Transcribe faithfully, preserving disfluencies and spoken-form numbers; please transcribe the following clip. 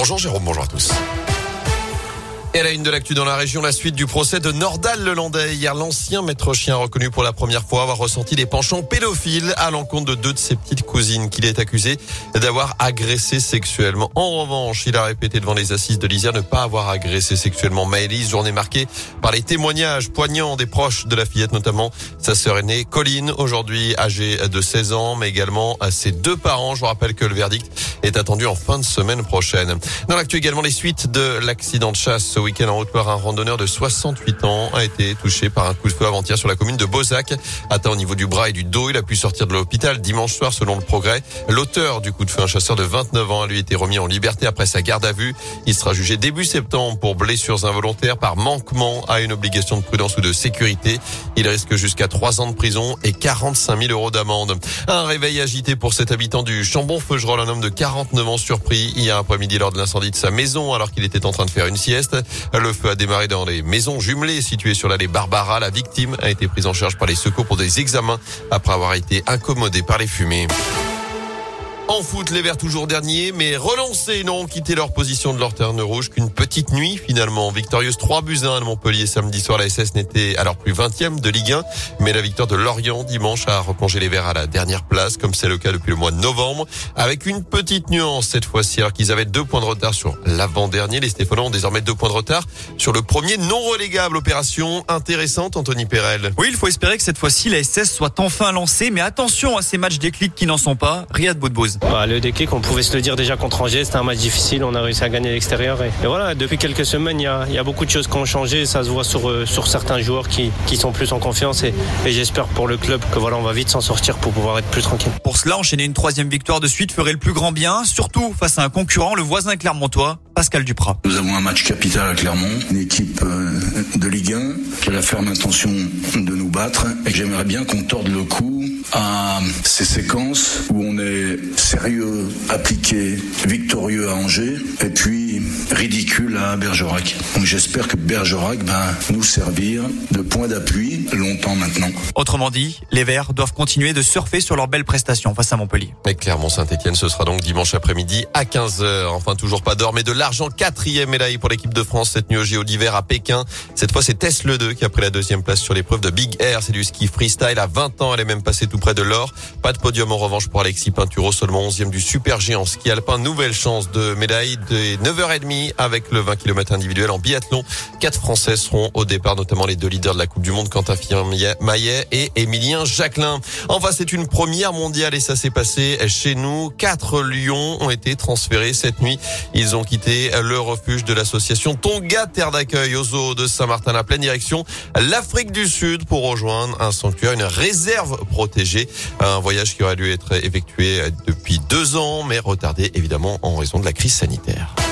Bonjour Jérôme, bonjour à tous. Et à la une de l'actu dans la région, la suite du procès de Nordal Lelandais. Hier, l'ancien maître chien reconnu pour la première fois avoir ressenti des penchants pédophiles à l'encontre de deux de ses petites cousines qu'il est accusé d'avoir agressé sexuellement. En revanche, il a répété devant les assises de l'Isère ne pas avoir agressé sexuellement Maëlys, journée marquée par les témoignages poignants des proches de la fillette, notamment sa sœur aînée Colline, aujourd'hui âgée de seize ans, mais également à ses deux parents. Je vous rappelle que le verdict est attendu en fin de semaine prochaine. Dans l'actu également, les suites de l'accident de chasse ce week-end en Haute-Loire. Un randonneur de soixante-huit ans a été touché par un coup de feu avant-hier sur la commune de Beauzac. Atteint au niveau du bras et du dos, il a pu sortir de l'hôpital dimanche soir selon le Progrès. L'auteur du coup de feu, un chasseur de vingt-neuf ans, a lui été remis en liberté après sa garde à vue. Il sera jugé début septembre pour blessures involontaires par manquement à une obligation de prudence ou de sécurité. Il risque jusqu'à trois ans de prison et quarante-cinq mille euros d'amende. Un réveil agité pour cet habitant du Chambon-Feugerolles, un homme de quarante-neuf ans surpris hier après-midi lors de l'incendie de sa maison alors qu'il était en train de faire une sieste. Le feu a démarré dans les maisons jumelées situées sur l'allée Barbara. La victime a été prise en charge par les secours pour des examens après avoir été incommodée par les fumées. En foot, les Verts toujours derniers, mais relancés, n'ont quitté leur position de leur terrain rouge qu'une petite nuit finalement. Victorieuse trois buts à un à Montpellier samedi soir. La S S n'était alors plus vingtième de Ligue un, mais la victoire de Lorient dimanche a replongé les Verts à la dernière place, comme c'est le cas depuis le mois de novembre, avec une petite nuance cette fois-ci, alors qu'ils avaient deux points de retard sur l'avant-dernier. Les Stéphanois ont désormais deux points de retard sur le premier non relégable. Opération intéressante, Anthony Perel. Oui, il faut espérer que cette fois-ci la S S soit enfin lancée, mais attention à ces matchs déclic qui n'en sont pas. Riyad Boudbouz. Bah, le déclic, on pouvait se le dire déjà contre Angers, c'était un match difficile, on a réussi à gagner à l'extérieur. Et, et voilà, depuis quelques semaines, il y a, y a beaucoup de choses qui ont changé, ça se voit sur, euh, sur certains joueurs qui, qui sont plus en confiance et, et j'espère pour le club que voilà, on va vite s'en sortir pour pouvoir être plus tranquille. Pour cela, enchaîner une troisième victoire de suite ferait le plus grand bien, surtout face à un concurrent, le voisin clermontois, Pascal Duprat. Nous avons un match capital à Clermont, une équipe de Ligue un qui a la ferme intention de nous battre et que j'aimerais bien qu'on torde le cou à ces séquences où on est sérieux, appliqué, victorieux à Angers et puis ridicule à Bergerac. Donc j'espère que Bergerac va nous servir de point d'appui longtemps maintenant. Autrement dit, les Verts doivent continuer de surfer sur leurs belles prestations face à Montpellier. Et Clermont-Saint-Etienne, ce sera donc dimanche après-midi à quinze heures. Enfin, toujours pas d'or, mais de l'argent. Quatrième médaille pour l'équipe de France cette nuit au J O d'hiver à Pékin. Cette fois, c'est Tess Le deux qui a pris la deuxième place sur l'épreuve de Big Air. C'est du ski freestyle. À vingt ans, elle est même passée tout près de l'or. Pas de podium en revanche pour Alexis Pinturo, seulement onzième du super géant ski alpin. Nouvelle chance de médaille de neuf heures trente avec le vingt kilomètres individuel en biathlon. Quatre Français seront au départ, notamment les deux leaders de la Coupe du Monde, Quentin Fillon-Maillet et Émilien Jacquelin. Enfin, c'est une première mondiale et ça s'est passé chez nous. Quatre lions ont été transférés cette nuit. Ils ont quitté le refuge de l'association Tonga Terre d'accueil au zoo de Saint-Martin-la-Plaine, direction l'Afrique du Sud pour rejoindre un sanctuaire, une réserve protégée. Un voyage qui aurait dû être effectué depuis deux ans, mais retardé évidemment en raison de la crise sanitaire.